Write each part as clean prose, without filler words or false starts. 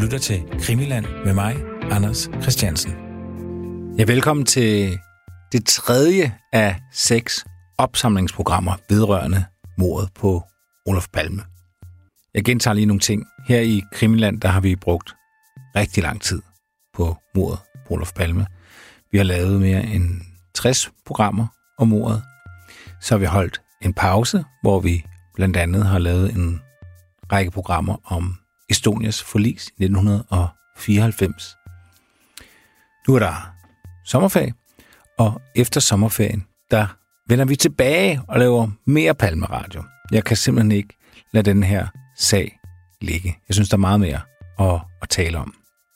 lytter til Krimiland med mig, Anders Christiansen. Ja, velkommen til det tredje af 6 opsamlingsprogrammer vedrørende mordet på Olof Palme. Jeg gentager lige nogle ting. Her i Krimiland, der har vi brugt rigtig lang tid på mordet på Olof Palme. Vi har lavet mere end 60 programmer om mordet. Så har vi holdt en pause, hvor vi blandt andet har lavet en række programmer om Estonias forlis i 1994. Nu er der sommerferie, og efter sommerferien, der vender vi tilbage og laver mere Palmeradio. Jeg kan simpelthen ikke lade den her sag ligge. Jeg synes, der er meget mere at tale om.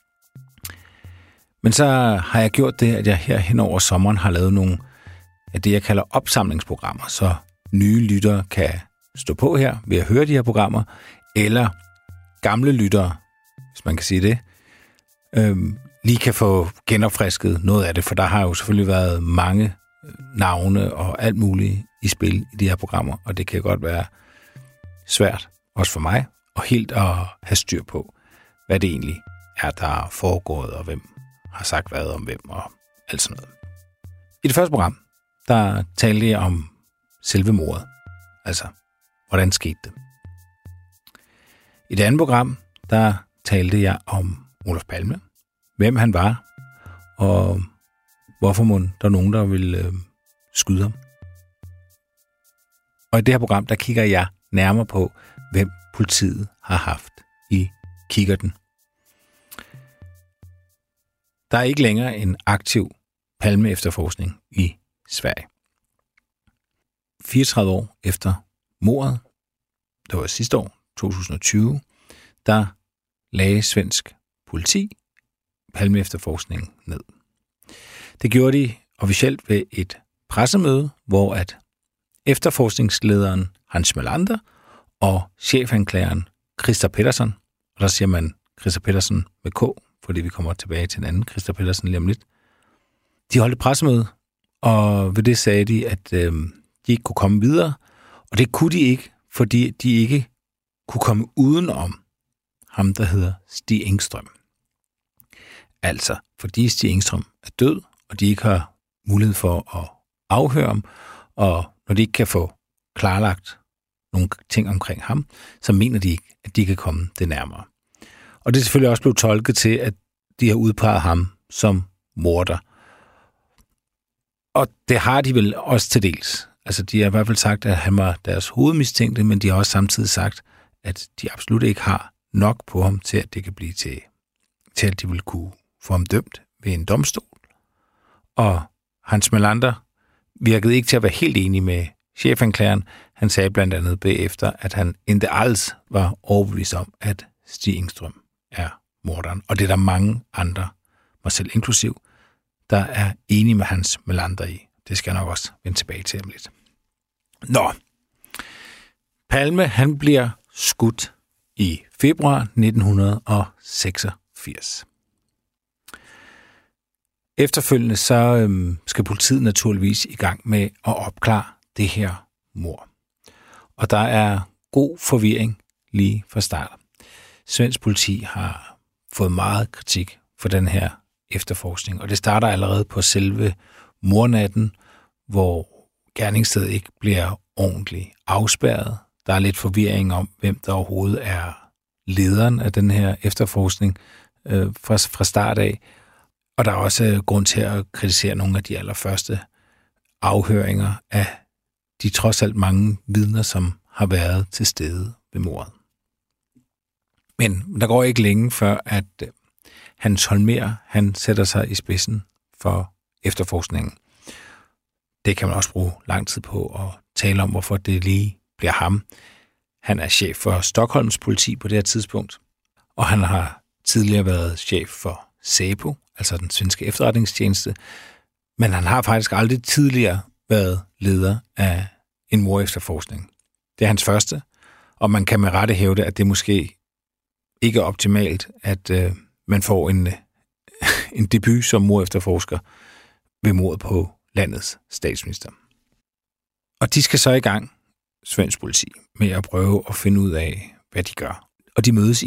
Men så har jeg gjort det, at jeg her hen over sommeren har lavet nogle af det, jeg kalder opsamlingsprogrammer, så nye lyttere kan stå på her ved at høre de her programmer, eller gamle lyttere, hvis man kan sige det, lige kan få genopfrisket noget af det, for der har jo selvfølgelig været mange navne og alt muligt i spil i de her programmer, og det kan godt være svært, også for mig, og helt at have styr på, hvad det egentlig er, der er foregået, og hvem har sagt hvad om hvem, og alt sådan noget. I det første program, der talte jeg om selve mordet, altså hvordan skete det. I det andet program, der talte jeg om Olof Palme, hvem han var, og hvorfor der er nogen, der ville skyde ham. Og i det her program, der kigger jeg nærmere på, hvem politiet har haft i kikkerten. Der er ikke længere en aktiv Palme-efterforskning i Sverige. 34 år efter mordet, det var sidste år, 2020, der lagde svensk politi Palme-efterforskningen ned. Det gjorde de officielt ved et pressemøde, hvor at efterforskningslederen Hans Melander og chefanklageren Christer Pettersson, og der siger man Christer Pettersson med K, fordi vi kommer tilbage til en anden Christer Pettersson lige om lidt, de holdt et pressemøde, og ved det sagde de, at de ikke kunne komme videre, og det kunne de ikke, fordi de ikke kunne komme udenom ham, der hedder Stig Engström. Altså, fordi Stig Engström er død, og de ikke har mulighed for at afhøre ham, og når de ikke kan få klarlagt nogle ting omkring ham, så mener de ikke, at de kan komme det nærmere. Og det er selvfølgelig også blevet tolket til, at de har udpeget ham som morder. Og det har de vel også til dels. Altså, de har i hvert fald sagt, at han var deres hovedmistænkte, men de har også samtidig sagt, at de absolut ikke har nok på ham til, at det kan blive til at de vil kunne få ham dømt ved en domstol. Og Hans Melander virkede ikke til at være helt enig med chefanklageren. Han sagde blandt andet bagefter, at han ikke alls var overbevist om, at Stig Engström er morderen. Og det er der mange andre, mig selv inklusiv, der er enige med Hans Melander i. Det skal jeg nok også vende tilbage til om lidt. Nå, Palme, han bliver skudt i februar 1986. Efterfølgende så skal politiet naturligvis i gang med at opklare det her mord. Og der er god forvirring lige fra start. Svensk politi har fået meget kritik for den her efterforskning, og det starter allerede på selve mordnatten, hvor gerningsstedet ikke bliver ordentligt afspærret. Der er lidt forvirring om, hvem der overhovedet er lederen af den her efterforskning fra start af. Og der er også grund til at kritisere nogle af de allerførste afhøringer af de trods alt mange vidner, som har været til stede ved mordet. Men der går ikke længe før, at Hans Holmér, han sætter sig i spidsen for efterforskningen. Det kan man også bruge lang tid på at tale om, hvorfor det lige bliver ham. Han er chef for Stockholms politi på det her tidspunkt, og han har tidligere været chef for SÄPO, altså den svenske efterretningstjeneste, men han har faktisk aldrig tidligere været leder af en mordefterforskning. Det er hans første, og man kan med rette hævde, at det måske ikke er optimalt, at man får en debut som mordefterforsker ved mordet på landets statsminister. Og de skal så i gang, svensk politi, med at prøve at finde ud af, hvad de gør. Og de mødes i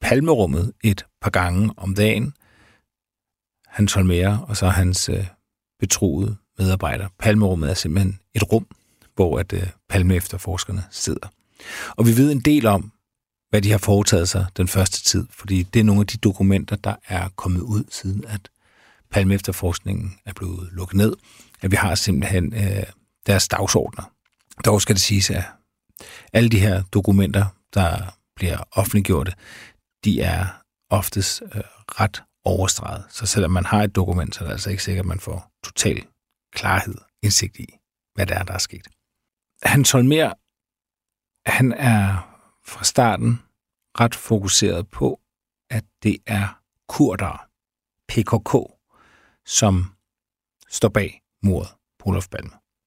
Palmerummet et par gange om dagen. Hans Holmér og så hans betroede medarbejder. Palmerummet er simpelthen et rum, hvor at Palme-efterforskerne sidder. Og vi ved en del om, hvad de har foretaget sig den første tid, fordi det er nogle af de dokumenter, der er kommet ud, siden at Palme-efterforskningen er blevet lukket ned. At vi har simpelthen deres dagsordner. Dog skal det siges, at alle de her dokumenter, der bliver offentliggjorte, de er oftest ret overstreget. Så selvom man har et dokument, så er det altså ikke sikkert, at man får total klarhed, indsigt i, hvad det er, der er sket. Hans Holmér, han er fra starten ret fokuseret på, at det er kurdere, PKK, som står bag mordet på Olof Palme.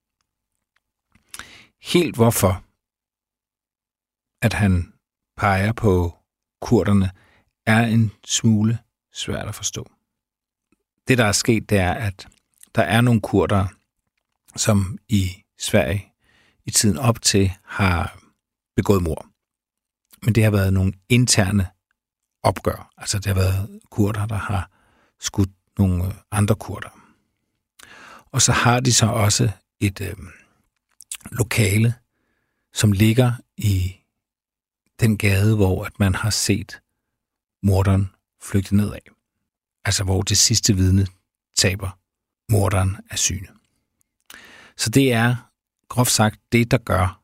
Helt hvorfor, at han peger på kurderne, er en smule svært at forstå. Det, der er sket, det er, at der er nogle kurdere, som i Sverige i tiden op til har begået mord. Men det har været nogle interne opgør. Altså det har været kurder, der har skudt nogle andre kurder. Og så har de så også et lokale, som ligger i den gade, hvor at man har set morderen flygte nedad. Altså hvor det sidste vidne taber morderen af syne. Så det er groft sagt det, der gør,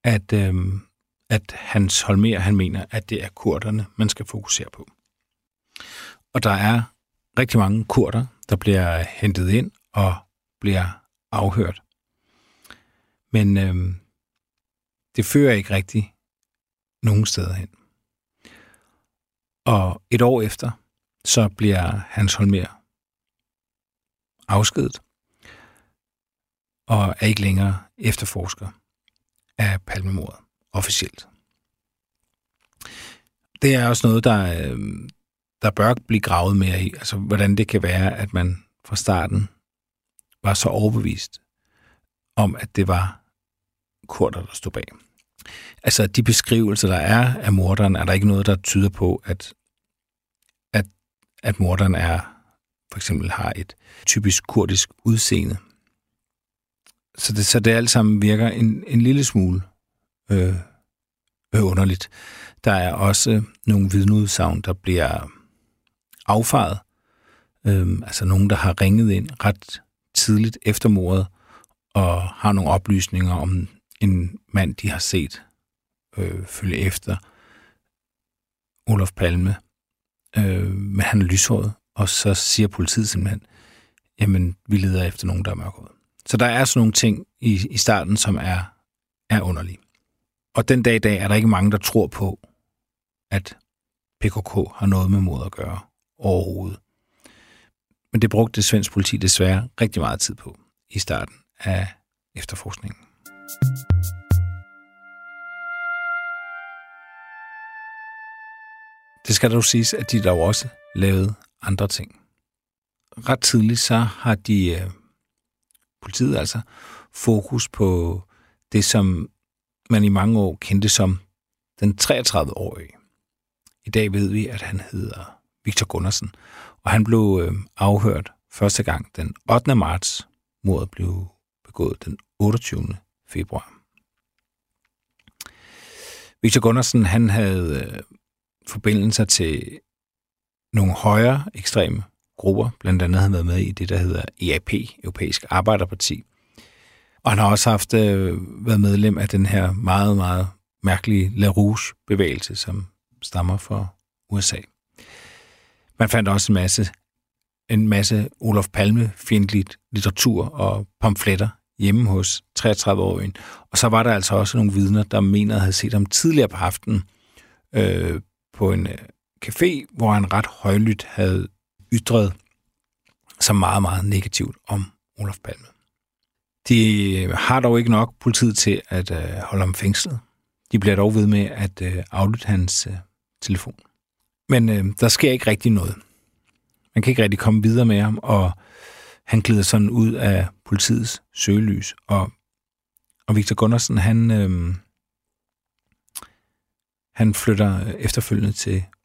at Hans Holmér, han mener, at det er kurderne, man skal fokusere på. Og der er rigtig mange kurder, der bliver hentet ind og bliver afhørt. Men det fører ikke rigtig nogen steder hen. Og et år efter, så bliver Hans Holmér afskediget og er ikke længere efterforsker af Palmemordet officielt. Det er også noget, der bør blive gravet mere i. Altså, hvordan det kan være, at man fra starten var så overbevist om, at det var kurder, der stod bag. Altså, de beskrivelser, der er af morderen, er der ikke noget, der tyder på, at morderen for eksempel har et typisk kurdisk udseende. Så det alt sammen virker en lille smule underligt. Der er også nogle vidneudsagn, der bliver affejet. Altså nogen, der har ringet ind ret tidligt efter mordet, og har nogle oplysninger om en mand, de har set følge efter Olof Palme. Men han er lyshåret, og så siger politiet simpelthen, jamen, vi leder efter nogen, der er mørkhåret. Så der er sådan nogle ting i starten, som er underlige. Og den dag i dag er der ikke mange, der tror på, at PKK har noget med mordet at gøre overhovedet. Men det brugte svensk politi desværre rigtig meget tid på i starten af efterforskningen. Det skal dog siges, at de dog også lavede andre ting. Ret tidligt så har politiet altså fokus på det, som man i mange år kendte som den 33-årige. I dag ved vi, at han hedder Victor Gunnarsson, og han blev afhørt første gang den 8. marts. Mordet blev begået den 28. februar. Victor Gunnarsson, han havde forbindelser til nogle højere ekstreme grupper. Blandt andet havde han været med i det, der hedder EAP, Europæisk Arbejderparti. Og han har også været medlem af den her meget, meget mærkelige La Rouge-bevægelse, som stammer fra USA. Man fandt også en masse Olof Palme-fjendtligt litteratur og pamfletter hjemme hos 33-årigen. Og så var der altså også nogle vidner, der mener at have set ham tidligere på aftenen på en café, hvor han ret højlydt havde ytret sig meget, meget negativt om Olof Palme. De har dog ikke nok politiet til at holde ham fængslet. De bliver dog ved med at aflytte hans telefon. Men der sker ikke rigtig noget. Man kan ikke rigtig komme videre med ham, og han glider sådan ud af politiets søgelys. Og Victor Gunnarsson, han flytter efterfølgende til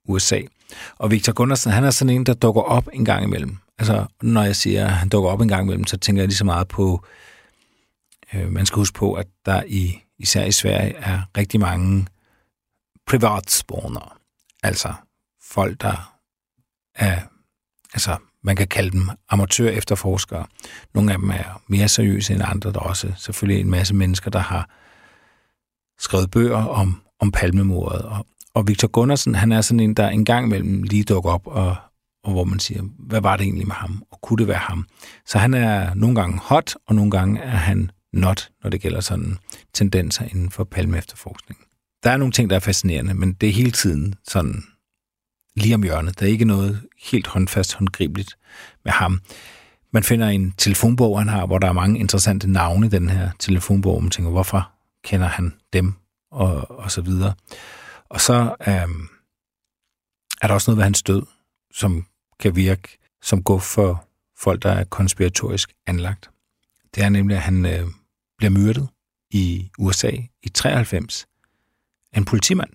USA. Og Victor Gundersen, han er sådan en, der dukker op en gang imellem. Altså, når jeg siger, at han dukker op en gang imellem, så tænker jeg lige så meget på, man skal huske på, at der især i Sverige er rigtig mange privatspanere. Altså folk, der er, altså man kan kalde dem amatør-efterforskere. Nogle af dem er mere seriøse end andre. Der er også selvfølgelig en masse mennesker, der har skrevet bøger om Palmemordet. Og Victor Gundersen, han er sådan en, der en gang imellem lige dukker op, og hvor man siger, hvad var det egentlig med ham, og kunne det være ham? Så han er nogle gange hot, og nogle gange er han not, når det gælder sådan tendenser inden for Palme-efterforskning. Der er nogle ting, der er fascinerende, men det er hele tiden sådan lige om hjørnet. Der er ikke noget helt håndfast, håndgribeligt med ham. Man finder en telefonbog, han har, hvor der er mange interessante navne i den her telefonbog. Man tænker, hvorfor kender han dem, og så videre. Og så er der også noget ved hans død, som kan virke som guf for folk, der er konspiratorisk anlagt. Det er nemlig, at han bliver myrdet i USA i 93 af en politimand.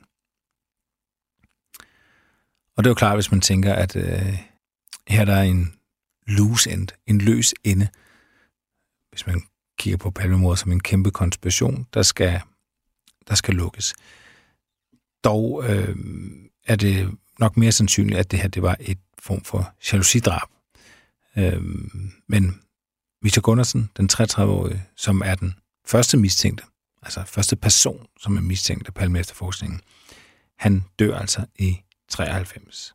Og det er jo klart, hvis man tænker, at her der er en loose end, en løs ende, hvis man kigger på Palmemordet som en kæmpe konspiration, der skal lukkes. Dog er det nok mere sandsynligt, at det her det var et form for jalousidrab. Men Victor Gundersen, den 33-årige, som er den første mistænkte, altså første person, som er mistænkt af Palme-efterforskningen, han dør altså i 93.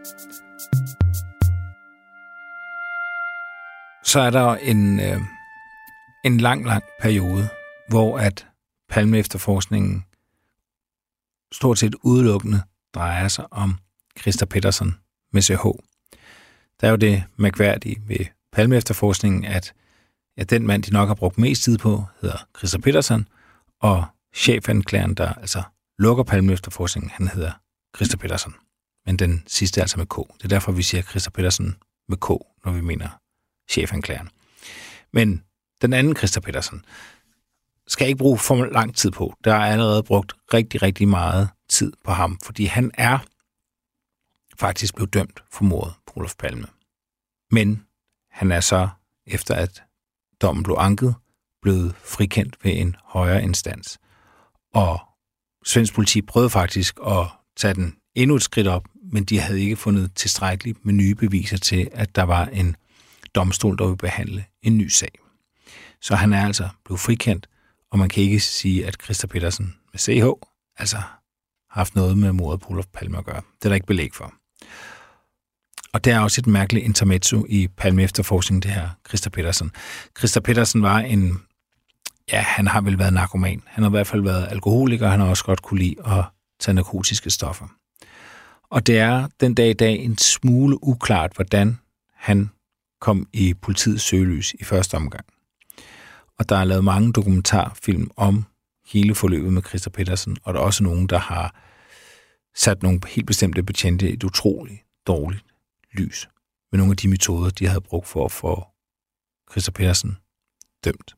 Så er der en lang periode, hvor at Palme-efterforskningen stort set udelukkende drejer sig om Christer Pettersson med CH. Der er jo det mærkværdige ved Palme-efterforskningen, at den mand, de nok har brugt mest tid på, hedder Christer Pettersson, og chefanklageren, der altså lukker Palme-efterforskningen, han hedder Christer Pettersson. Men den sidste er altså med K. Det er derfor, vi siger Christer Pettersson med K, når vi mener chefanklageren. Men den anden Christer Pettersson skal ikke bruge for lang tid på. Der er allerede brugt rigtig, rigtig meget tid på ham, fordi han er faktisk blevet dømt for mordet på Olof Palme. Men han er så, efter at dommen blev anket, blevet frikendt ved en højere instans. Og svensk politi prøvede faktisk at tage den endnu et skridt op, men de havde ikke fundet tilstrækkeligt med nye beviser til, at der var en domstol, der ville behandle en ny sag. Så han er altså blevet frikendt, og man kan ikke sige, at Christer Pettersson med CH altså har haft noget med mordet på Olof Palme at gøre. Det er der ikke belæg for. Og det er også et mærkeligt intermezzo i Palme-efterforskningen, det her Christer Pettersson. Christer Pettersson var han har vel været narkoman. Han har i hvert fald været alkoholiker, og han har også godt kunne lide at tage narkotiske stoffer. Og det er den dag i dag en smule uklart, hvordan han kom i politiets søgelys i første omgang. Og der er lavet mange dokumentarfilm om hele forløbet med Christer Pettersson, og der er også nogen, der har sat nogle helt bestemte betjente i et utroligt dårligt lys med nogle af de metoder, de havde brugt for at få Christer dømt.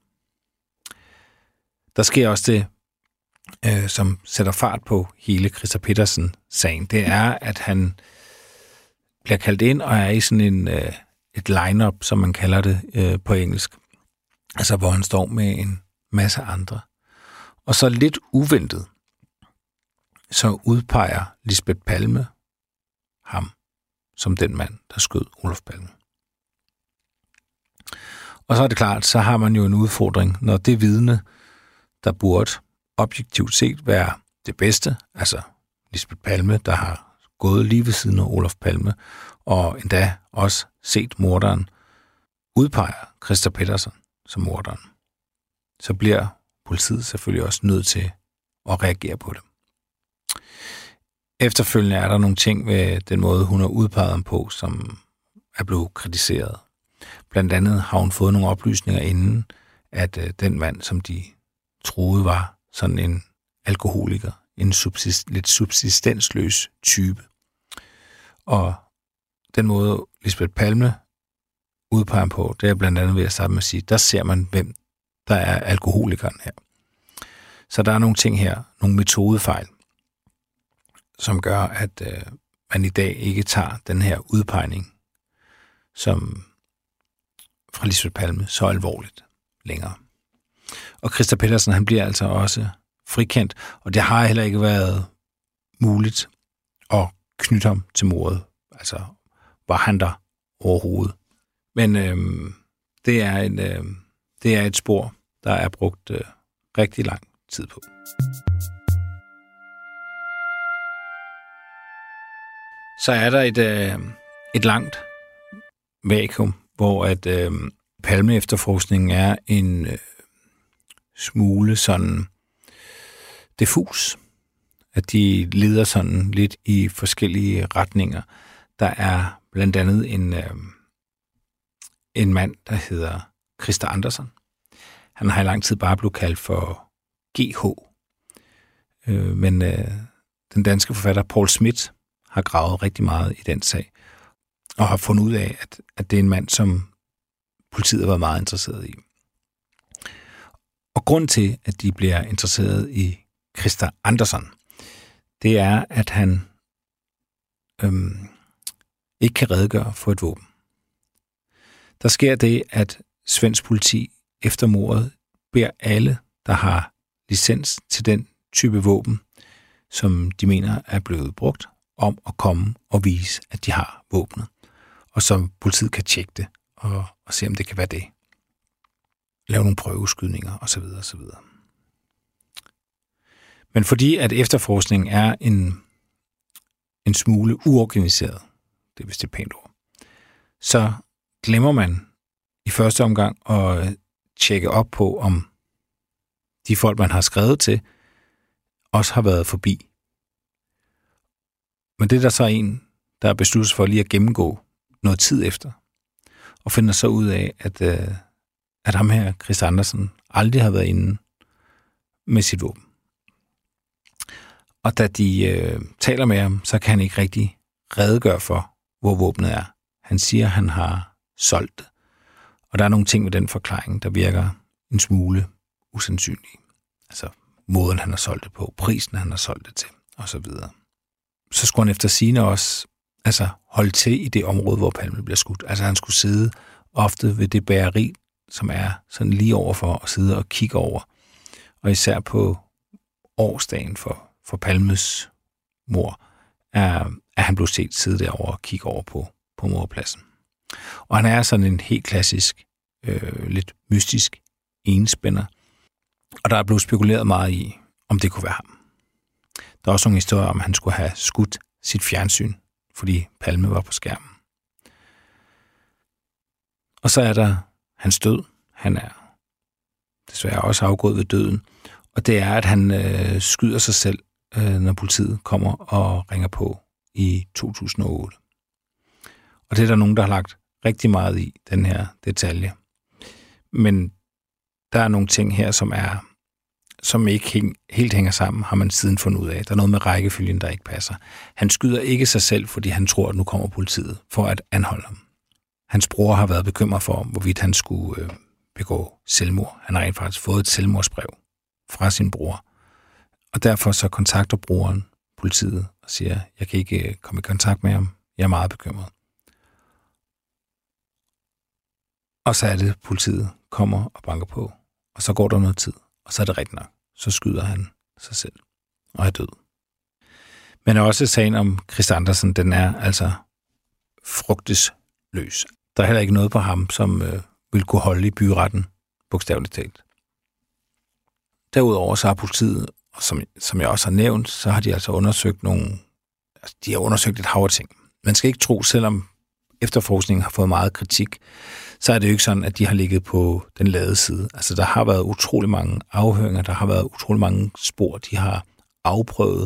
Der sker også det, som sætter fart på hele Christer Pettersson-sagen. Det er, at han bliver kaldt ind og er i sådan et line-up, som man kalder det på engelsk. Altså, hvor han står med en masse andre. Og så lidt uventet, så udpeger Lisbeth Palme ham som den mand, der skød Olof Palme. Og så er det klart, så har man jo en udfordring, når det vidne, der burde objektivt set være det bedste, altså Lisbeth Palme, der har gået lige ved siden af Olof Palme, og endda også set morderen, udpeger Christer Pettersson som morderen. Så bliver politiet selvfølgelig også nødt til at reagere på det. Efterfølgende er der nogle ting ved den måde, hun har udpeget ham på, som er blevet kritiseret. Blandt andet har hun fået nogle oplysninger inden, at den mand, som de troede var sådan en alkoholiker, en lidt subsistensløs type. Og den måde, Lisbeth Palme udpeger ham på, det er blandt andet ved at starte med at sige, der ser man, hvem der er alkoholikeren her. Så der er nogle ting her, nogle metodefejl, som gør, at man i dag ikke tager den her udpegning som fra Lisbeth Palme så alvorligt længere. Og Christer Pettersen, han bliver altså også frikendt, og det har heller ikke været muligt at knytte ham til mordet. Altså, var han der overhovedet? Men det er et spor, der er brugt rigtig lang tid på. Så er der et langt vakuum, hvor at Palme-efterforskningen er en smule sådan diffus. At de leder sådan lidt i forskellige retninger. Der er blandt andet en mand, der hedder Christer Andersen. Han har i lang tid bare blevet kaldt for GH. Men den danske forfatter Poul Schmidt har gravet rigtig meget i den sag, og har fundet ud af, at det er en mand, som politiet har været meget interesseret i. Og grund til, at de bliver interesseret i Christer Andersen, det er, at han ikke kan redegøre for et våben. Der sker det, at svensk politi efter mordet beder alle, der har licens til den type våben, som de mener er blevet brugt, om at komme og vise, at de har våbnet. Og så politiet kan tjekke det og se, om det kan være det. Lave nogle prøveskydninger osv. osv. Men fordi at efterforskningen er en smule uorganiseret, det er vist et pænt ord, så glemmer man i første omgang at tjekke op på, om de folk, man har skrevet til, også har været forbi. Men det er der så en, der er besluttet for lige at gennemgå noget tid efter, og finder så ud af, at ham her, Christer Andersen, aldrig har været inde med sit våben. Og da de taler med ham, så kan han ikke rigtig redegøre for, hvor våbnet er. Han siger, at han har solgt det. Og der er nogle ting med den forklaring, der virker en smule usandsynlige. Altså måden, han har solgt det på, prisen, han har solgt det til, osv. Så skulle han efter sigende også holde til i det område, hvor Palme bliver skudt. Altså han skulle sidde ofte ved det bageri, som er sådan lige overfor, og sidde og kigge over. Og især på årsdagen for Palmes mor, er han blevet set sidde derovre og kigge over på mordpladsen. Og han er sådan en helt klassisk, lidt mystisk enspænder. Og der er blevet spekuleret meget i, om det kunne være ham. Der er også nogle historier om, at han skulle have skudt sit fjernsyn, fordi Palme var på skærmen. Og så er der hans død. Han er desværre også afgået ved døden. Og det er, at han skyder sig selv, når politiet kommer og ringer på i 2008. Og det er der nogen, der har lagt rigtig meget i, den her detalje. Men der er nogle ting her, som ikke helt hænger sammen, har man siden fundet ud af. Der er noget med rækkefølgen, der ikke passer. Han skyder ikke sig selv, fordi han tror, at nu kommer politiet for at anholde ham. Hans bror har været bekymret for, hvorvidt han skulle begå selvmord. Han har rent faktisk fået et selvmordsbrev fra sin bror. Og derfor så kontakter broren politiet og siger, jeg kan ikke komme i kontakt med ham. Jeg er meget bekymret. Og så er det, politiet kommer og banker på. Og så går der noget tid. Og så er det rigtigt nok. Så skyder han sig selv og er død. Men også sagen om Christer Andersen, den er altså frugtesløs. Der er heller ikke noget på ham, som vil kunne holde i byretten, bogstaveligt talt. Derudover så har politiet, og som jeg også har nævnt, så har de altså undersøgt de har undersøgt et hav af ting. Man skal ikke tro, selvom efterforskningen har fået meget kritik, så er det jo ikke sådan, at de har ligget på den lade side. Altså, der har været utrolig mange afhøringer, der har været utrolig mange spor, de har afprøvet.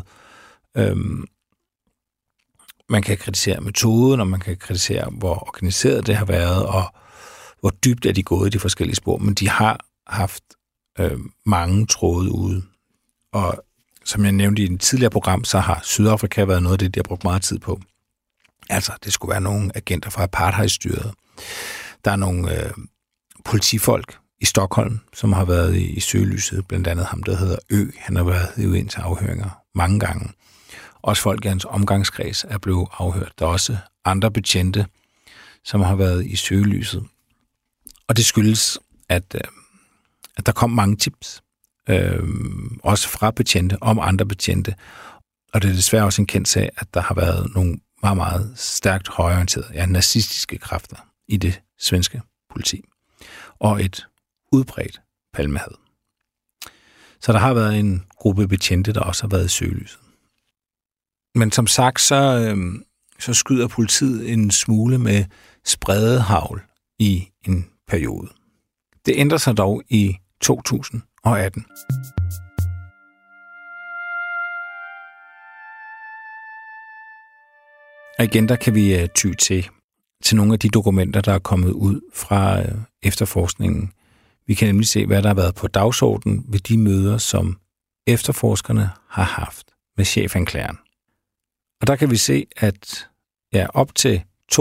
Man kan kritisere metoden, og man kan kritisere, hvor organiseret det har været, og hvor dybt er de gået i de forskellige spor. Men de har haft mange tråde ude. Og som jeg nævnte i et tidligere program, så har Sydafrika været noget af det, de har brugt meget tid på. Altså, det skulle være nogle agenter fra apartheidstyret. Der er nogle politifolk i Stockholm, som har været i søgelyset, blandt andet ham, der hedder Ø. Han har været ude ind til afhøringer mange gange. Også folk i hans omgangskreds er blevet afhørt. Der er også andre betjente, som har været i søgelyset. Og det skyldes, at der kom mange tips, også fra betjente, om andre betjente. Og det er desværre også en kendt sag, at der har været nogle meget, meget stærkt højreorienterede, nazistiske kræfter i det svenske politi. Og et udbredt palmehad. Så der har været en gruppe betjente, der også har været i søgelyset. Men som sagt, så skyder politiet en smule med spredehagl i en periode. Det ændrer sig dog i 2018. Og igen, der kan vi ty til nogle af de dokumenter, der er kommet ud fra efterforskningen. Vi kan nemlig se, hvad der har været på dagsordenen ved de møder, som efterforskerne har haft med chefanklageren. Og der kan vi se, at op til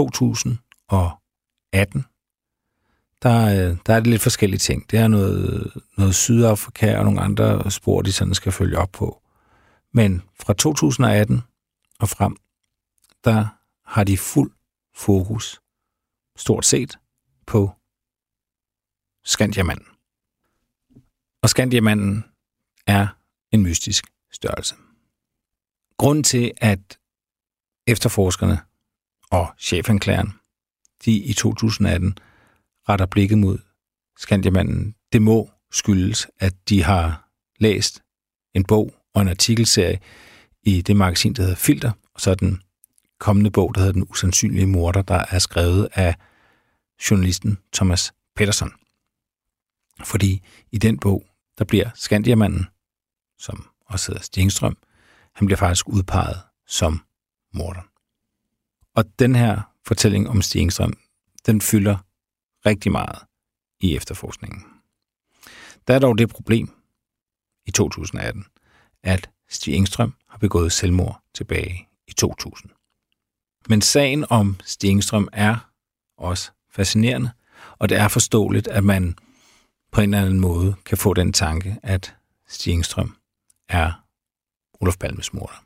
2018, der er det lidt forskellige ting. Det er noget Sydafrika og nogle andre spor, de sådan skal følge op på. Men fra 2018 og frem, der har de fuld fokus, stort set, på Skandiamanden. Og Skandiamanden er en mystisk størrelse. Grunden til, at efterforskerne og chefanklageren, de i 2018 retter blikket mod Skandiamanden, det må skyldes, at de har læst en bog og en artikelserie i det magasin, der hedder Filter, og så den kommende bog, der hedder Den usandsynlige morder, der er skrevet af journalisten Thomas Pettersson. Fordi i den bog, der bliver Skandiamanden, som også hedder Stig Engström, han bliver faktisk udpeget som morder. Og den her fortælling om Stig Engström, den fylder rigtig meget i efterforskningen. Der er dog det problem i 2018, at Stig Engström har begået selvmord tilbage i 2000. Men sagen om Stig Engström er også fascinerende, og det er forståeligt, at man på en eller anden måde kan få den tanke, at Stig Engström er Olof Palmes morder.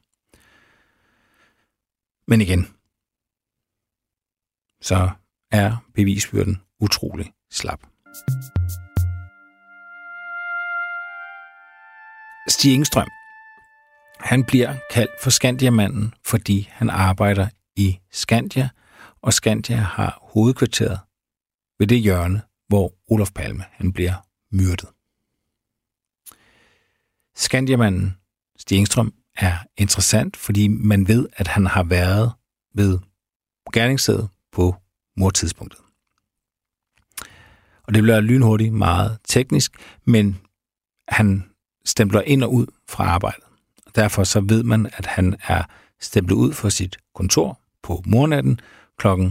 Men igen, så er bevisbyrden utrolig slap. Stig Engström, han bliver kaldt for Skandiamanden, fordi han arbejder i Skandia, og Skandia har hovedkvarteret ved det hjørne, hvor Olof Palme han bliver myrdet. Skandiamanden Stig Engström er interessant, fordi man ved, at han har været ved gerningsstedet på mordtidspunktet. Og det bliver lynhurtigt meget teknisk, men han stempler ind og ud fra arbejdet. Og derfor så ved man, at han er stemplet ud fra sit kontor på mordnatten kl. 23.19.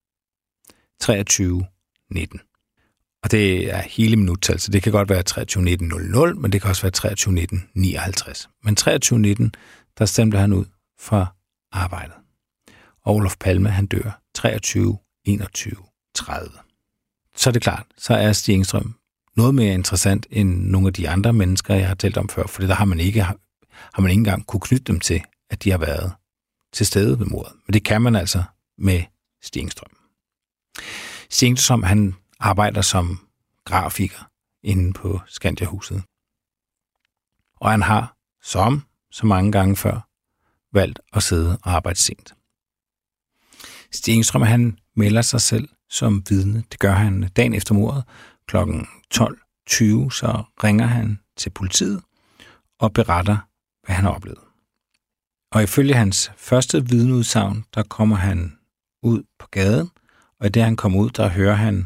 Og det er hele minuttal, så det kan godt være 23.19.00, men det kan også være 23.19.59. Men 23.19, der stempler han ud fra arbejdet. Og Olof Palme, han dør 23.21.30. Så er det klart, så er Stig Engström noget mere interessant end nogle af de andre mennesker, jeg har talt om før, for der har man ikke engang kunne knytte dem til, at de har været til stede ved mordet. Men det kan man altså med Stig Engström. Stig Engström, han arbejder som grafiker inde på Skandiahuset. Og han har, som så mange gange før, valgt at sidde og arbejde sent. Stig Engström, han melder sig selv som vidne. Det gør han dagen efter mordet. Kl. 12.20 så ringer han til politiet og beretter, hvad han har oplevet. Og ifølge hans første vidneudsagn, der kommer han ud på gaden, og i det han kommer ud, der hører han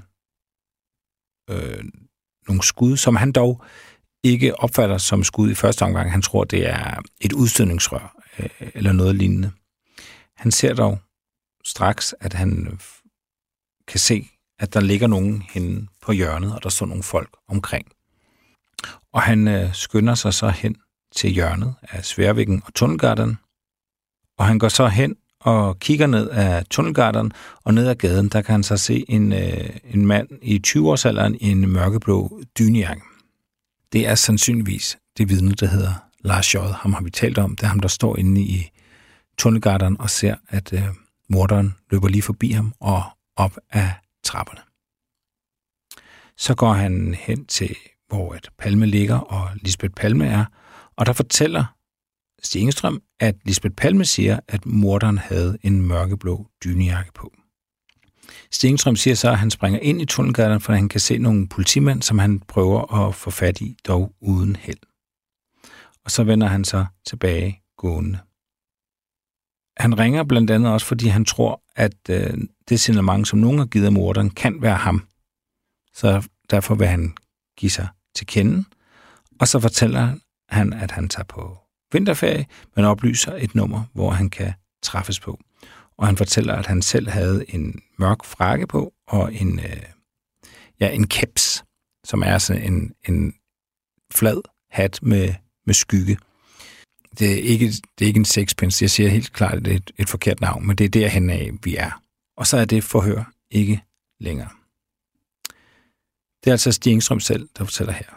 nogle skud, som han dog ikke opfatter som skud i første omgang. Han tror, det er et udstødningsrør eller noget lignende. Han ser dog straks, at han kan se, at der ligger nogen henne på hjørnet, og der står nogle folk omkring. Og han skynder sig så hen til hjørnet af Sværvæggen og Tunnelgatan, og han går så hen og kigger ned af Tunnelgatan, og ned ad gaden, der kan han så se en mand i 20-årsalderen i en mørkeblå dynejakke. Det er sandsynligvis det vidne, der hedder Lars J. Ham har vi talt om. Det er ham, der står inde i tunnelgarderen og ser, at morderen løber lige forbi ham og op ad trapperne. Så går han hen til, hvor et Palme ligger, og Lisbeth Palme er, og der fortæller Stig Engstrøm, at Lisbeth Palme siger, at morderen havde en mørkeblå dynejakke på. Stig Engstrøm siger så, at han springer ind i tunnelgarderen, for han kan se nogle politimænd, som han prøver at få fat i, dog uden held. Og så vender han så tilbage gående. Han ringer blandt andet også, fordi han tror, at det signalement, som nogen har givet af morderen, kan være ham. Så derfor vil han give sig til kende. Og så fortæller han, at han tager på vinterferie, men oplyser et nummer, hvor han kan træffes på. Og han fortæller, at han selv havde en mørk frakke på, og en caps, som er sådan en flad hat med skygge. Det er ikke en sexpence. Jeg siger helt klart, at det er et forkert navn, men det er derhen af, vi er. Og så er det forhør ikke længere. Det er altså Stig Engstrøm selv, der fortæller her.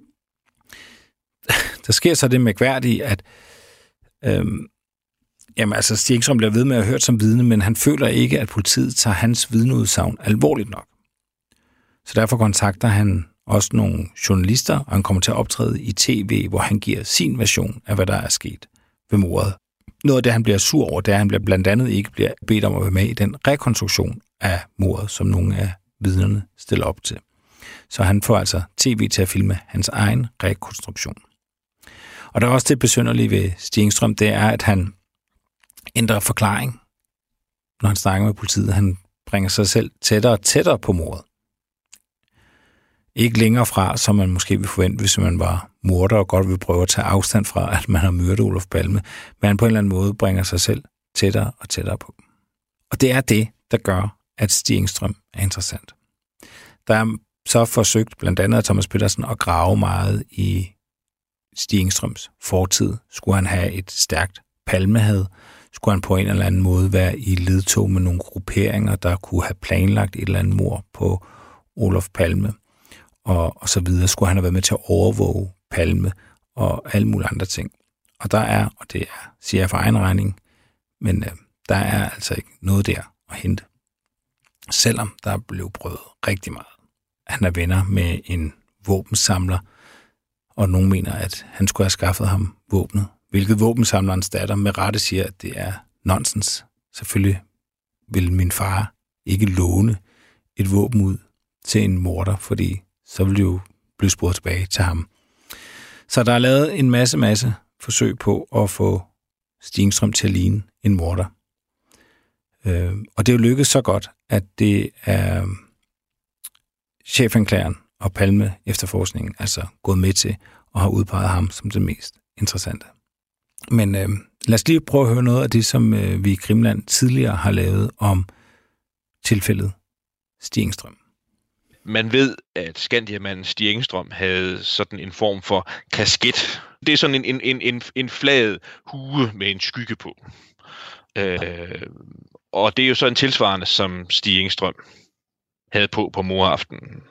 Der sker så det mærkværdige, at Stig Engstrøm bliver ved med at høre som vidne, men han føler ikke, at politiet tager hans vidneudsagn alvorligt nok. Så derfor kontakter han også nogle journalister, og han kommer til at optræde i tv, hvor han giver sin version af, hvad der er sket ved mordet. Noget af det, han bliver sur over, det er, at han blandt andet ikke bliver bedt om at være med i den rekonstruktion af mordet, som nogle af vidnerne stiller op til. Så han får altså tv til at filme hans egen rekonstruktion. Og der er også det besynderlige ved Stig Engstrøm, det er, at han ændrer forklaring, når han snakker med politiet. Han bringer sig selv tættere og tættere på mordet. Ikke længere fra, som man måske ville forvente, hvis man var morder og godt vil prøve at tage afstand fra, at man har myrdet Olof Palme, men han på en eller anden måde bringer sig selv tættere og tættere på. Og det er det, der gør, at Stig Engstrøm er interessant. Der er så forsøgt blandt andet af Thomas Petersen at grave meget i Stig Engstrøms fortid. Skulle han have et stærkt palmehad? Skulle han på en eller anden måde være i ledtog med nogle grupperinger, der kunne have planlagt et eller andet mord på Olof Palme? Og så videre. Skulle han have været med til at overvåge Palme og alle mulige andre ting. Og der er, og det er, siger jeg for egen regning, men der er altså ikke noget der at hente. Selvom der blev prøvet rigtig meget. Han er venner med en våbensamler, og nogen mener, at han skulle have skaffet ham våbnet. Hvilket våbensamlerens datter med rette siger, at det er nonsens. Selvfølgelig vil min far ikke låne et våben ud til en morder, fordi så vil det jo blive sporet tilbage til ham. Så der er lavet en masse forsøg på at få Stig Engstrøm til at ligne en morder. Og det er jo lykkedes så godt, at det er chefanklageren og Palme efterforskningen altså gået med til og har udpeget ham som det mest interessante. Men lad os lige prøve at høre noget af det, som vi i Krimland tidligere har lavet om tilfældet Stig Engstrøm. Man ved, at Skandiamanden Stig Engstrøm havde sådan en form for kasket. Det er sådan en flad hue med en skygge på. Og det er jo så en tilsvarende, som Stig Engstrøm havde på moraftenen.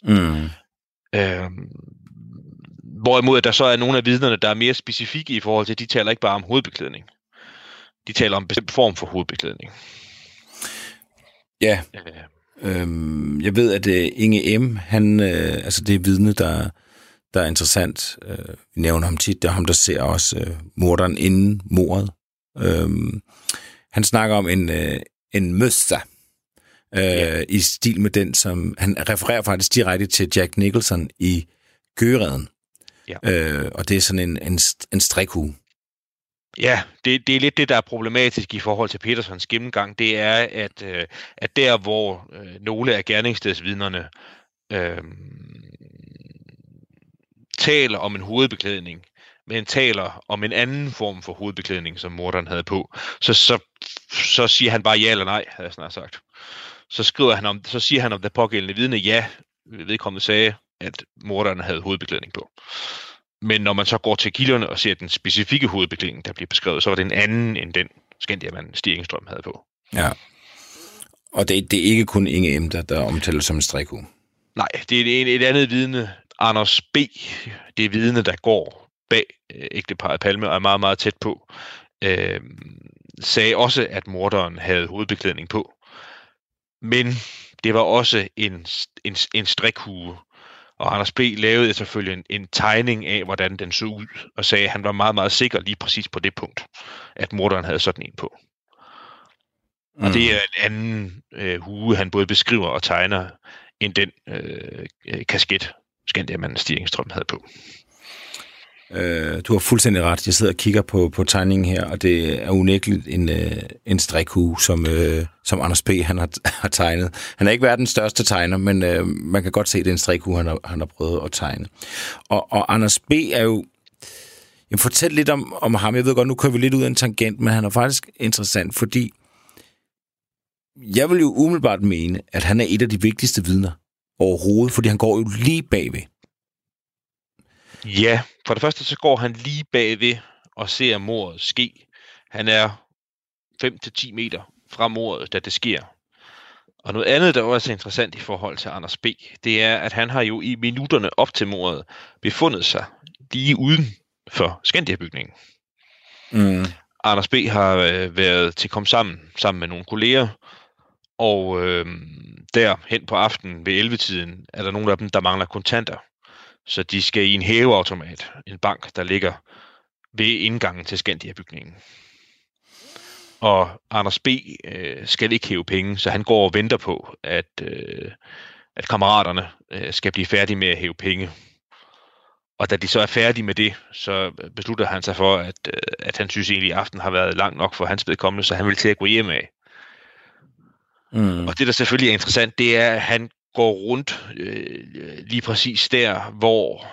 Hvorimod der så er nogle af vidnerne, der er mere specifikke i forhold til, de taler ikke bare om hovedbeklædning. De taler om en bestemt form for hovedbeklædning. Ja. Jeg ved, at Inge M., han, altså det er vidne, der er interessant. Vi nævner ham tit. Det er ham, der ser også morderen inden mordet. Han snakker om en møssa i stil med den, som han refererer faktisk direkte til Jack Nicholson i Køgeredden. Ja. Og det er sådan en strikhue. Ja, det er lidt det, der er problematisk i forhold til Petersons gennemgang. Det er, at der, hvor nogle af gerningsstedsvidnerne taler om en hovedbeklædning, men taler om en anden form for hovedbeklædning, som morderen havde på, så siger han bare ja eller nej, havde jeg snart sagt. Så siger han om det pågældende vidne, ja, vedkommende sagde, at morderen havde hovedbeklædning på. Men når man så går til kilderne og ser den specifikke hovedbeklædning, der bliver beskrevet, så var det en anden end den Skandiamanden Stig Engstrøm havde på. Ja. Og det er ikke kun Inge M., der omtaler som en strikhue. Nej, det er et andet vidne, Anders B. Det er vidne, der går bag ægteparret Palme og er meget, meget tæt på. sagde også, at morderen havde hovedbeklædning på. Men det var også en strikhue. Og Anders B. lavede selvfølgelig en tegning af, hvordan den så ud, og sagde, at han var meget, meget sikker lige præcis på det punkt, at morderen havde sådan en på. Og det er en anden hue, han både beskriver og tegner, end den kasket, Skandiamannen Stig Engstrøm havde på. Du har fuldstændig ret. Jeg sidder og kigger på tegningen her, og det er unægteligt en strikhue, som Anders B. han har tegnet. Han er ikke verdens største tegner, men man kan godt se, at det er en strikhue, han har prøvet at tegne. Og Anders B. er jo... Jamen, fortæl lidt om ham. Jeg ved godt, nu kører vi lidt ud af en tangent, men han er faktisk interessant, fordi jeg vil jo umiddelbart mene, at han er et af de vigtigste vidner overhovedet, fordi han går jo lige bagved. Ja, for det første så går han lige bagved og ser mordet ske. Han er 5-10 meter fra mordet, da det sker. Og noget andet, der også er interessant i forhold til Anders B., det er, at han har jo i minutterne op til mordet befundet sig lige uden for Skandia-bygningen. Anders B. har været til komme sammen med nogle kolleger, og der hen på aftenen ved 11-tiden er der nogle af dem, der mangler kontanter. Så de skal i en hæveautomat, en bank, der ligger ved indgangen til Skandia-bygningen. Og Anders B. Skal ikke hæve penge, så han går og venter på, at kammeraterne skal blive færdige med at hæve penge. Og da de så er færdige med det, så beslutter han sig for, at han synes egentlig, at aften har været lang nok for hans vedkommende, så han vil til at gå hjem af. Og det, der selvfølgelig er interessant, det er, at han går rundt lige præcis der, hvor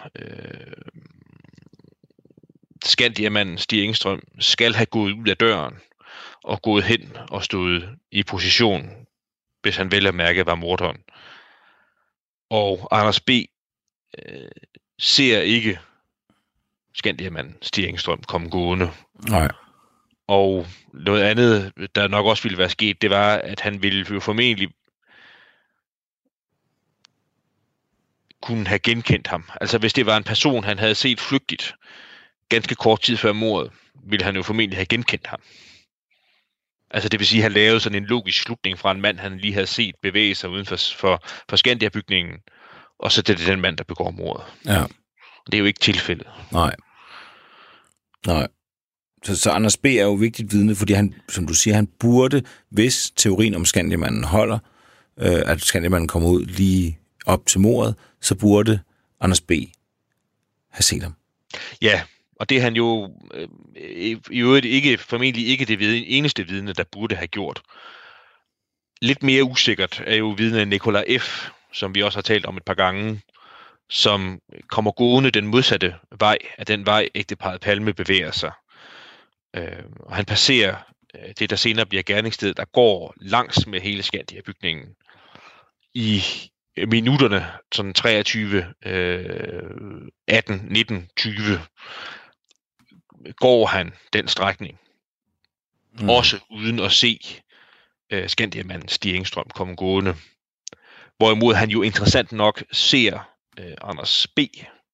Skandiamanden Stig Engstrøm skal have gået ud af døren og gået hen og stået i position, hvis han vel at mærke var morderen. Og Anders B. Ser ikke Skandiamanden Stig Engstrøm komme gående. Nej. Og noget andet, der nok også ville være sket, det var, at han ville jo formentlig kunne have genkendt ham. Altså hvis det var en person, han havde set flygtigt ganske kort tid før mordet, ville han jo formentlig have genkendt ham. Altså det vil sige, at han lavede sådan en logisk slutning fra en mand, han lige havde set bevæge sig uden for Skandia-bygningen, og så det er den mand, der begår mordet. Ja. Det er jo ikke tilfældet. Nej. Så Anders B. er jo vigtigt vidne, fordi han, som du siger, han burde, hvis teorien om Skandiamanden holder, at Skandiamanden kommer ud lige op til mordet, så burde Anders B. have set ham. Ja, og det er han jo i øvrigt formentlig ikke det eneste vidne, der burde have gjort. Lidt mere usikkert er jo vidne Nikolaj F., som vi også har talt om et par gange, som kommer gående den modsatte vej af den vej, ægteparret Palme bevæger sig. Og han passerer det, der senere bliver gerningsstedet, der går langs med hele Skandia-bygningen. I minutterne, sådan 23, 18, 19, 20, går han den strækning. Også uden at se Skandiamanden Stig Engstrøm komme gående. Hvorimod han jo interessant nok ser Anders B.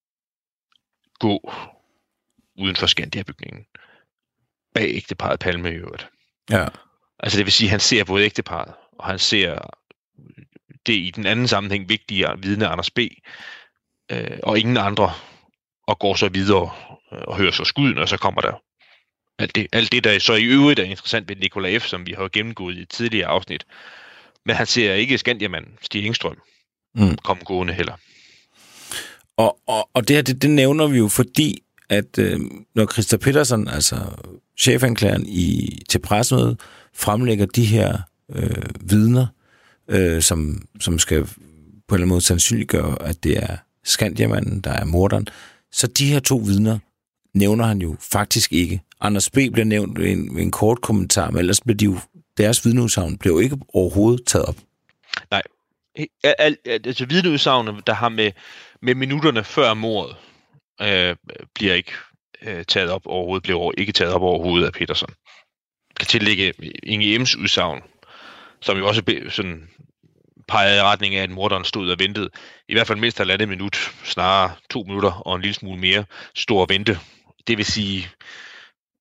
gå uden for Skandia-bygningen. Bag ægteparret Palme i øvrigt. Ja. Altså det vil sige, at han ser både ægteparret, og han ser det i den anden sammenhæng vigtige vidne Anders B. Og ingen andre, og går så videre og hører så skuden, og så kommer der alt det, der så i øvrigt er interessant ved Nikolaj F., som vi har gennemgået i et tidligere afsnit. Men han ser ikke Skandiamanden Stig Engstrøm komme gående heller. Og det her, det nævner vi jo, fordi at når Christa Petersen, altså chefanklageren til pressemødet, fremlægger de her vidner, som skal på en eller anden måde sandsynliggøre, at det er Skandiamanden, der er morderen, så de her to vidner nævner han jo faktisk ikke. Anders B. bliver nævnt ved en kort kommentar, men ellers bliver deres vidneudsagn blev ikke overhovedet taget op. Nej. Altså vidneudsagnet, der har med minutterne før mordet, bliver ikke taget op overhovedet, bliver ikke taget op overhovedet af Petersen. Jeg kan tillægge Inge M's udsagn, som jo også sådan pegede i retning af, at morderen stod og ventede. I hvert fald mindst 1,5 minut, snarere 2 minutter og en lille smule mere, stod og vente. Det vil sige,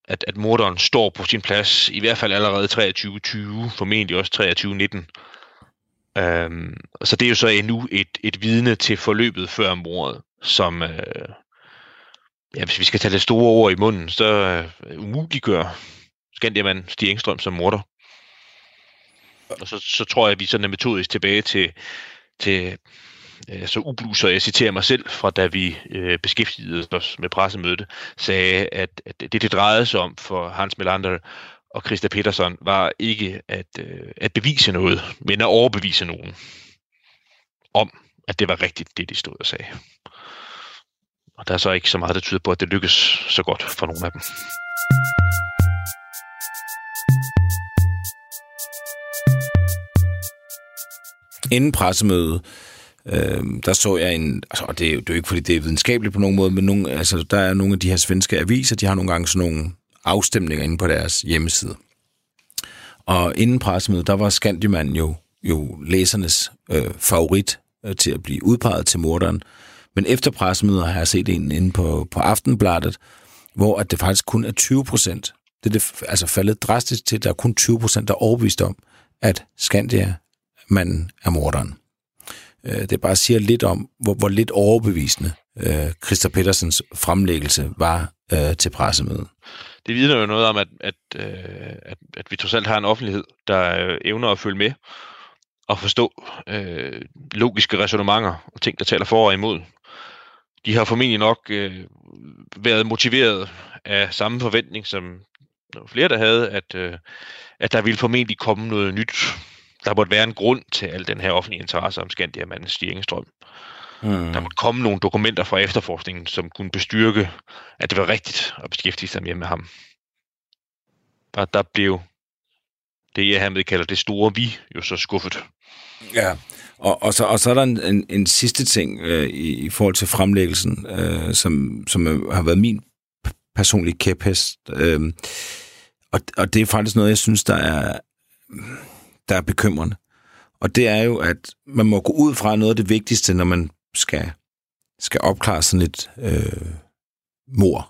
at morderen står på sin plads, i hvert fald allerede 23:20, formentlig også 23:19. Så det er jo så endnu et vidne til forløbet før mordet, som, hvis vi skal tage det store ord i munden, så umuliggør Skandiamanden Stig Engstrøm som morder. Og så tror jeg, at vi sådan er metodisk tilbage til så ubluser, jeg citerer mig selv, fra da vi beskæftigede os med pressemødet, sagde, at det drejede sig om for Hans Melander og Christa Petersen, var ikke at bevise noget, men at overbevise nogen om, at det var rigtigt, det de stod og sagde. Og der er så ikke så meget, der tyder på, at det lykkes så godt for nogle af dem. Inden pressemødet, der så jeg og det er jo ikke, fordi det er videnskabeligt på nogen måde, men der er nogle af de her svenske aviser, de har nogle gange sådan nogle afstemninger inde på deres hjemmeside. Og inden pressemødet, der var Skandiamanden jo læsernes favorit til at blive udpeget til morderen. Men efter pressemødet har jeg set en inde på Aftenbladet, hvor at det faktisk kun er 20%. Det er altså faldet drastisk til, at der er kun 20%, der er overbevist om, at Skandiamanden er morderen. Det bare siger lidt om, hvor lidt overbevisende Christa Petersens fremlæggelse var til pressemødet. Det vidner jo noget om, at vi trods alt har en offentlighed, der evner at følge med og forstå logiske ræsonnementer og ting, der taler for og imod. De har formentlig nok været motiveret af samme forventning, som flere der havde, at der ville formentlig komme noget nyt. Der måtte være en grund til al den her offentlige interesse om Skandiamanden Stig Engstrøm. Der måtte komme nogle dokumenter fra efterforskningen, som kunne bestyrke, at det var rigtigt at beskæftige sig med ham. Der blev det, jeg hermed kalder det store vi, jo så skuffet. Ja, og så er der en sidste ting i forhold til fremlæggelsen, som har været min personlige kæphest. Og det er faktisk noget, jeg synes, der er bekymrende. Og det er jo, at man må gå ud fra noget af det vigtigste, når man skal opklare sådan et mord.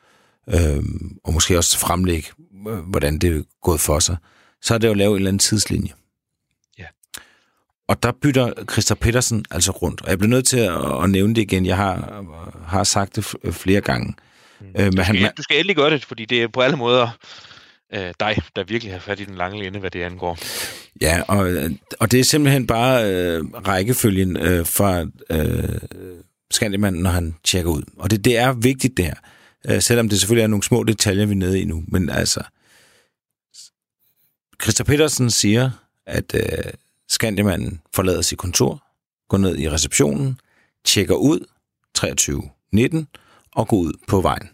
Og måske også fremlægge, hvordan det er gået for sig. Så er det jo at lave en eller anden tidslinje. Ja. Og der bytter Christa Petersen altså rundt. Og jeg bliver nødt til at nævne det igen. Jeg har sagt det flere gange. Du skal endelig gøre det, fordi det er på alle måder dig, der virkelig har fat i den lange ende, hvad det angår. Ja, og det er simpelthen bare rækkefølgen fra Skandiamanden, når han tjekker ud. Og det er vigtigt det her. Selvom det selvfølgelig er nogle små detaljer, vi er nede i nu. Men altså, Christa Petersen siger, at Skandiamanden forlader sit kontor, går ned i receptionen, tjekker ud 23:19 og går ud på vejen.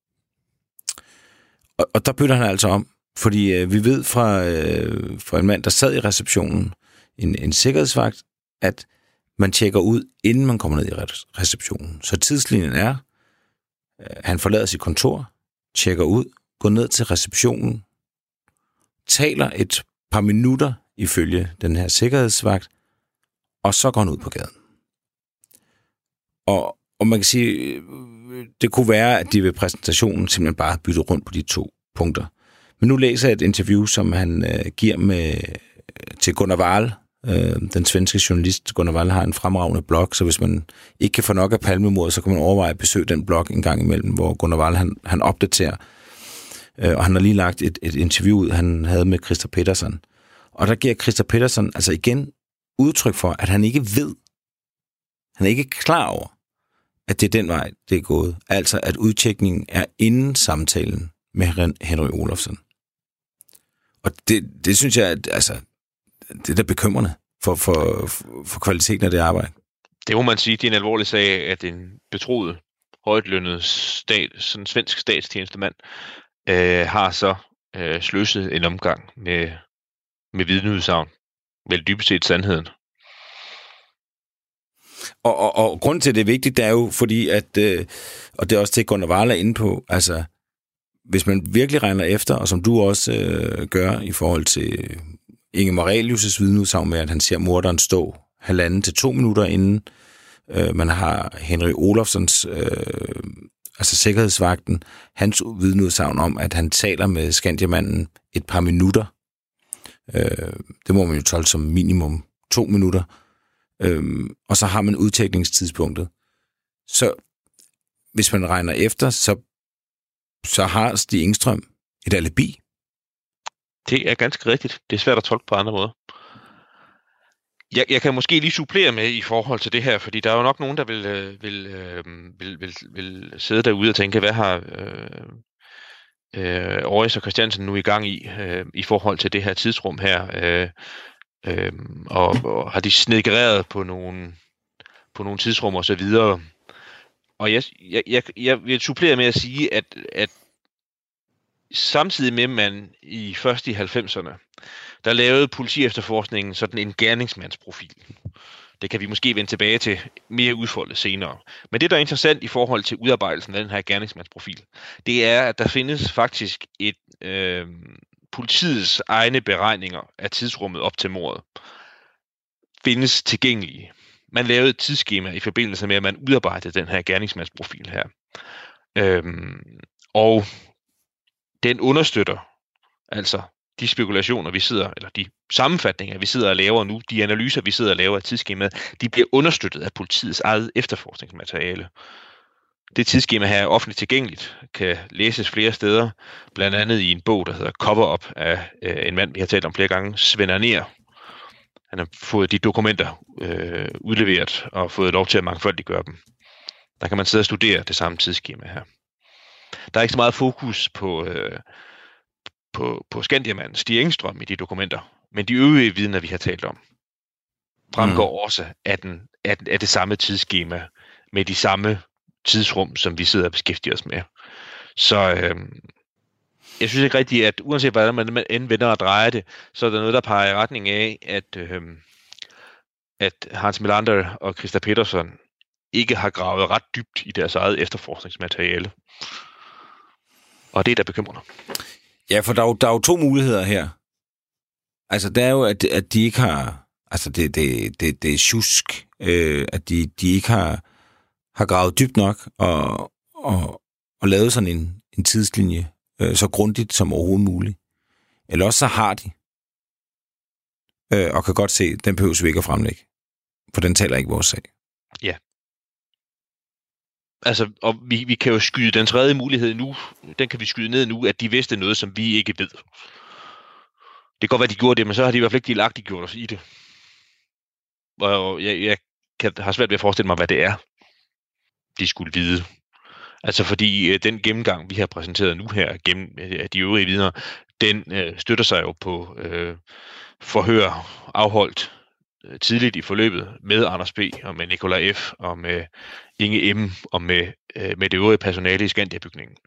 Og der bytter han altså om, fordi vi ved fra en mand, der sad i receptionen, en sikkerhedsvagt, at man tjekker ud, inden man kommer ned i receptionen. Så tidslinjen er, han forlader sit kontor, tjekker ud, går ned til receptionen, taler et par minutter ifølge den her sikkerhedsvagt, og så går han ud på gaden. Og man kan sige, det kunne være, at de ved præsentationen simpelthen bare bytter rundt på de to punkter. Men nu læser jeg et interview, som han giver til Gunnar Wall, den svenske journalist. Gunnar Wall har en fremragende blog, så hvis man ikke kan få nok af Palmemordet, så kan man overveje at besøge den blog en gang imellem, hvor Gunnar Wall han opdaterer. Og han har lige lagt et interview ud, han havde med Christa Petersen. Og der giver Christa Petersen altså igen udtryk for, at han ikke ved, han er ikke klar over, at det er den vej, det er gået. Altså, at udtjekningen er inden samtalen med Henry Olofsson. Og det synes jeg, at altså, det er da bekymrende for kvaliteten af det arbejde. Det må man sige, det er en alvorlig sag, at en betroet, højtlønnet sådan svensk statstjenestemand har så sløset en omgang med vidneudsagn. Vel dybest set sandheden. Og grunden til, at det er vigtigt, det er jo fordi, at, og det er også det, Gunnar Wall er inde på, altså, hvis man virkelig regner efter, og som du også gør i forhold til Inge Morelius' vidneudsagn med, at han ser morderen stå 1,5 til 2 minutter inden man har Henry Olofssons altså sikkerhedsvagten, hans vidneudsagn om, at han taler med Skandiamanden et par minutter. Det må man jo tolke som minimum 2 minutter. Og så har man udtækningstidspunktet. Så hvis man regner efter, så har Stig Engstrøm et alibi. Det er ganske rigtigt. Det er svært at tolke på andre måder. Jeg kan måske lige supplere med i forhold til det her, fordi der er jo nok nogen, der vil sidde derude og tænke, hvad har Oris og Christiansen nu i gang i forhold til det her tidsrum her, og har de snedgereret på nogle tidsrum og så videre. Og jeg vil supplere med at sige, at samtidig med, man først i 90'erne, der lavede politiefterforskningen sådan en gerningsmandsprofil. Det kan vi måske vende tilbage til mere udfoldet senere. Men det, der er interessant i forhold til udarbejdelsen af den her gerningsmandsprofil, det er, at der findes faktisk politiets egne beregninger af tidsrummet op til mordet. Findes tilgængelige. Man lavede et tidsskema i forbindelse med, at man udarbejdede den her gerningsmandsprofil her. Og den understøtter altså de spekulationer, vi sidder, eller de sammenfatninger, vi sidder og laver nu, de analyser, vi sidder og laver af tidsskemaet, de bliver understøttet af politiets eget efterforskningsmateriale. Det tidsskema her er offentligt tilgængeligt, kan læses flere steder, blandt andet i en bog, der hedder Cover Up af en mand, vi har talt om flere gange, Svend Arnér. Han har fået de dokumenter udleveret og fået lov til at mangfoldiggøre dem. Der kan man sidde og studere det samme tidsskema her. Der er ikke så meget fokus på Skandiamanden, Stig Engstrøm i de dokumenter, men de øvrige vidner, vi har talt om, fremgår også af det samme tidsskema med de samme tidsrum, som vi sidder og beskæftiger os med. Så jeg synes ikke rigtigt, at uanset hvordan man end vender og drejer det, så er der noget, der peger i retning af, at Hans Melander og Christa Petersson ikke har gravet ret dybt i deres eget efterforskningsmateriale. Og det er da bekymrende. Ja, for der er jo 2 muligheder her. Altså, der er jo, at de ikke har... Altså, det er sjusk, at de ikke har gravet dybt nok og lavet sådan en tidslinje så grundigt som overhovedet muligt. Eller også så har de. Og kan godt se, den behøves vi ikke at fremlægge. For den taler ikke vores sag. Ja. Altså, og vi kan jo skyde den tredje mulighed nu, den kan vi skyde ned nu, at de vidste noget, som vi ikke ved. Det kan godt være, de gjorde det, men så har de i hvert fald ikke delagtiggjort os i det. Og jeg har svært ved at forestille mig, hvad det er, de skulle vide. Altså fordi den gennemgang, vi har præsenteret nu her, gennem de øvrige vidner, den støtter sig jo på forhør afholdt tidligt i forløbet med Anders B. og med Nikolaj F. og med Inge M. og med det øvrige personale i Skandia-bygningen.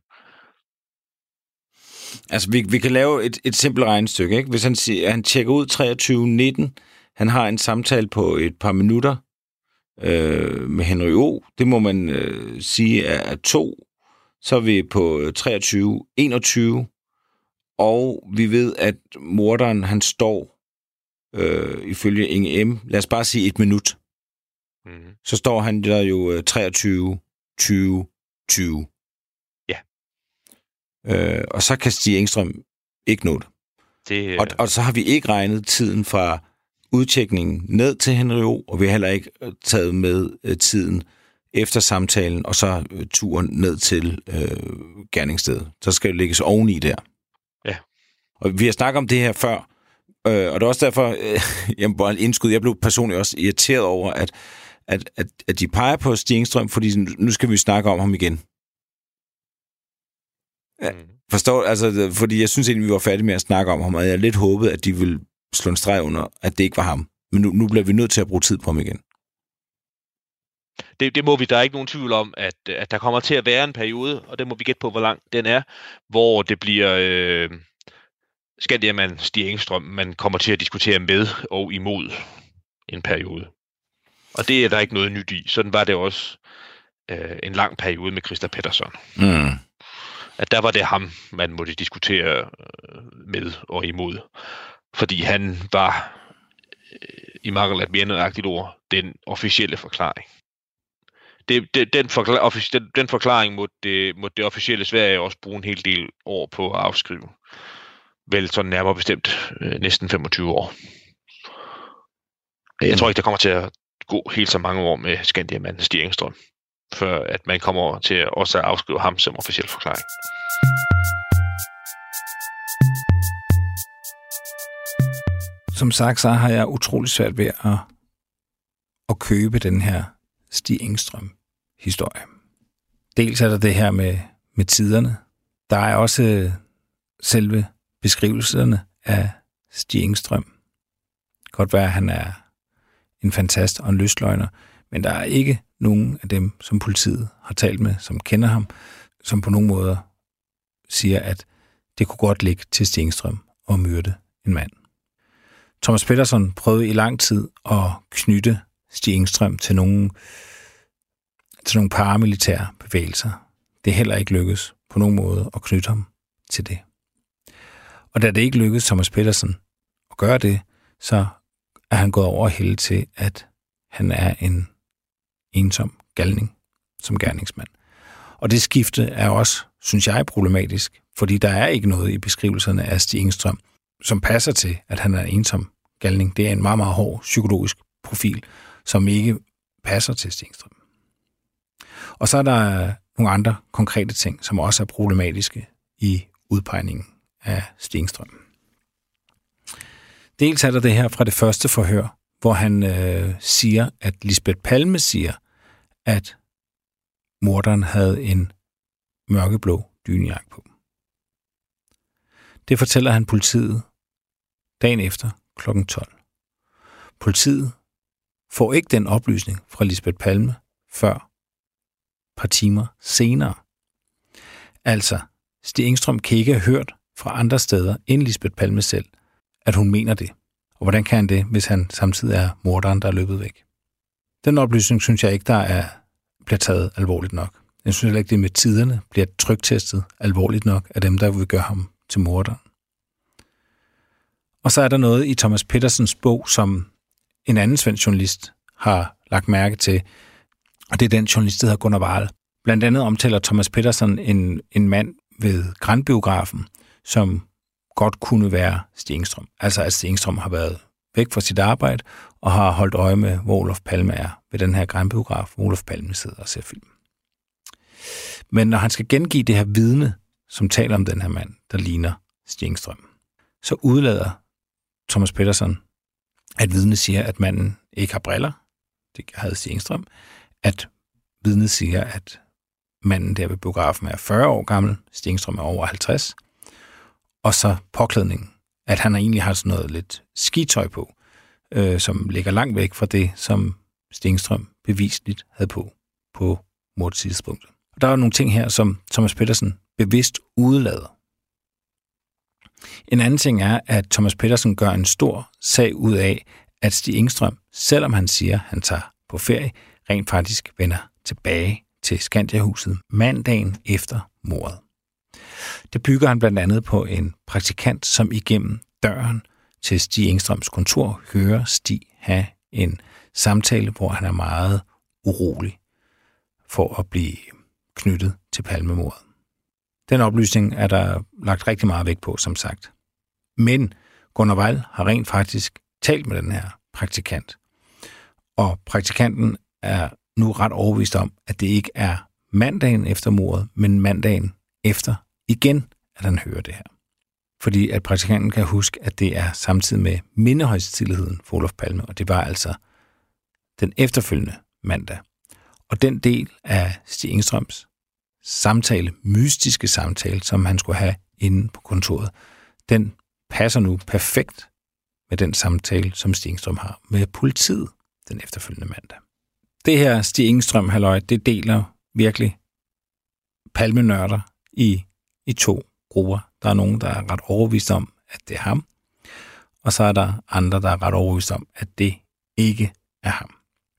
Altså, vi kan lave et simpelt regnestykke, ikke? Hvis han tjekker ud 23.19, han har en samtale på et par minutter med Henry O. Det må man sige er 2. Så er vi på 23.21, og vi ved, at morderen, han står ifølge Inge M. Lad os bare sige 1 minut. Mm-hmm. Så står han der jo 23.20. Ja. Og så kan Stig Engstrøm ikke nå det. Og så har vi ikke regnet tiden fra udtjekningen ned til Henry O., og vi har heller ikke taget med tiden efter samtalen, og så turen ned til gerningsstedet. Så skal det lægges oveni der. Ja. Og vi har snakket om det her før, og det er også derfor, jeg blev personligt også irriteret over, at de peger på Stig Engstrøm, fordi nu skal vi snakke om ham igen. Forstår? Altså, fordi jeg synes egentlig, vi var færdige med at snakke om ham, og jeg lidt håbede, at de ville slå en streg under, at det ikke var ham. Men nu bliver vi nødt til at bruge tid på ham igen. Det må vi, der er ikke nogen tvivl om, at der kommer til at være en periode, og det må vi gætte på, hvor lang den er, hvor det bliver Skandiamanden, Stig Engstrøm, man kommer til at diskutere med og imod en periode. Og det er der ikke noget nyt i. Sådan var det også en lang periode med Christa Petersson. Mm. At der var det ham, man måtte diskutere med og imod. Fordi han var, i mangel af et mere nøjagtigt ord, den officielle forklaring. den forklaring måtte det officielle Sverige også bruge en hel del år på at afskrive. Vel sådan nærmere bestemt næsten 25 år. Jeg tror ikke, der kommer til at gå helt så mange år med Skandiamanden Stig Engström, før at man kommer til at også afskrive ham som officiel forklaring. Som sagt, så har jeg utrolig svært ved at købe den her Stig Engström-historie. Dels er der det her med tiderne. Der er også selve beskrivelserne af Stig Engström. Godt være, at han er en fantast og en lystløgner, men der er ikke nogen af dem, som politiet har talt med, som kender ham, som på nogen måder siger, at det kunne godt ligge til Stig Engström at myrde en mand. Thomas Pettersson prøvede i lang tid at knytte Stig Engström til nogle paramilitære bevægelser. Det er heller ikke lykkedes på nogen måde at knytte ham til det. Og da det ikke lykkedes Thomas Pettersson at gøre det, så er han gået over hælde til, at han er en ensom galning som gerningsmand. Og det skifte er også, synes jeg, problematisk, fordi der er ikke noget i beskrivelserne af Stig Engström, som passer til, at han er en ensom galning. Det er en meget, meget hård psykologisk profil, som ikke passer til Stig Engström. Og så er der nogle andre konkrete ting, som også er problematiske i udpegningen af Stig Engström. Dels er der det her fra det første forhør, hvor han siger, at Lisbeth Palme siger, at morderen havde en mørkeblå dynejakke på. Det fortæller han politiet dagen efter kl. 12. Politiet får ikke den oplysning fra Lisbeth Palme før et par timer senere. Altså, Stig Engström kan ikke have hørt fra andre steder end Lisbeth Palme selv, at hun mener det. Og hvordan kan han det, hvis han samtidig er morderen, der er løbet væk? Den oplysning synes jeg ikke, bliver taget alvorligt nok. Jeg synes heller ikke, det med tiderne bliver tryktestet alvorligt nok af dem, der vil gøre ham til morderen. Og så er der noget i Thomas Petterssons bog, som en anden svensk journalist har lagt mærke til, og det er den journalist, der hedder Gunnar Wahl. Blandt andet omtaler Thomas Pettersson en mand ved Grandbiografen, som godt kunne være Stig Engström. Altså at Stig Engström har været væk fra sit arbejde og har holdt øje med, hvor Olof Palme er ved den her Grandbiograf, hvor Olof Palme sidder og ser film. Men når han skal gengive det her vidne, som taler om den her mand, der ligner Stig Engström, så udlader Thomas Pettersson, at vidnet siger, at manden ikke har briller. Det havde Stig Engström. At vidnet siger, at manden der ved biografen er 40 år gammel, Stig Engström er over 50. Og så påklædningen, at han egentlig har sådan noget lidt skitøj på, som ligger langt væk fra det, som Stig Engström bevisligt havde på mordtidspunktet. Og der er nogle ting her, som Thomas Pettersson bevidst udelader. En anden ting er, at Thomas Pettersson gør en stor sag ud af, at Stig Engström, selvom han siger, at han tager på ferie, rent faktisk vender tilbage til Skandiahuset mandagen efter mordet. Det bygger han blandt andet på en praktikant, som igennem døren til Stig Engströms kontor hører Stig have en samtale, hvor han er meget urolig for at blive knyttet til Palmemordet. Den oplysning er der lagt rigtig meget vægt på, som sagt. Men Gunnar Wahl har rent faktisk talt med den her praktikant. Og praktikanten er nu ret overbevist om, at det ikke er mandagen efter mordet, men mandagen efter igen, at han hører det her. Fordi at praktikanten kan huske, at det er samtidig med mindehøjtideligheden for Olof Palme, og det var altså den efterfølgende mandag. Og den del af Stig Engströms samtale, mystiske samtale, som han skulle have inde på kontoret, den passer nu perfekt med den samtale, som Stig Engström har med politiet den efterfølgende mandag. Det her Stig Engström-halløj, det deler virkelig palmenørder i to grupper. Der er nogen, der er ret overbevist om, at det er ham, og så er der andre, der er ret overbevist om, at det ikke er ham.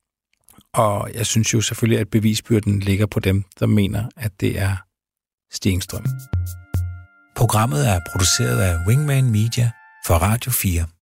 Og jeg synes jo selvfølgelig, at bevisbyrden ligger på dem, der mener, at det er Stig Engström. Programmet er produceret af Wingman Media for Radio 4.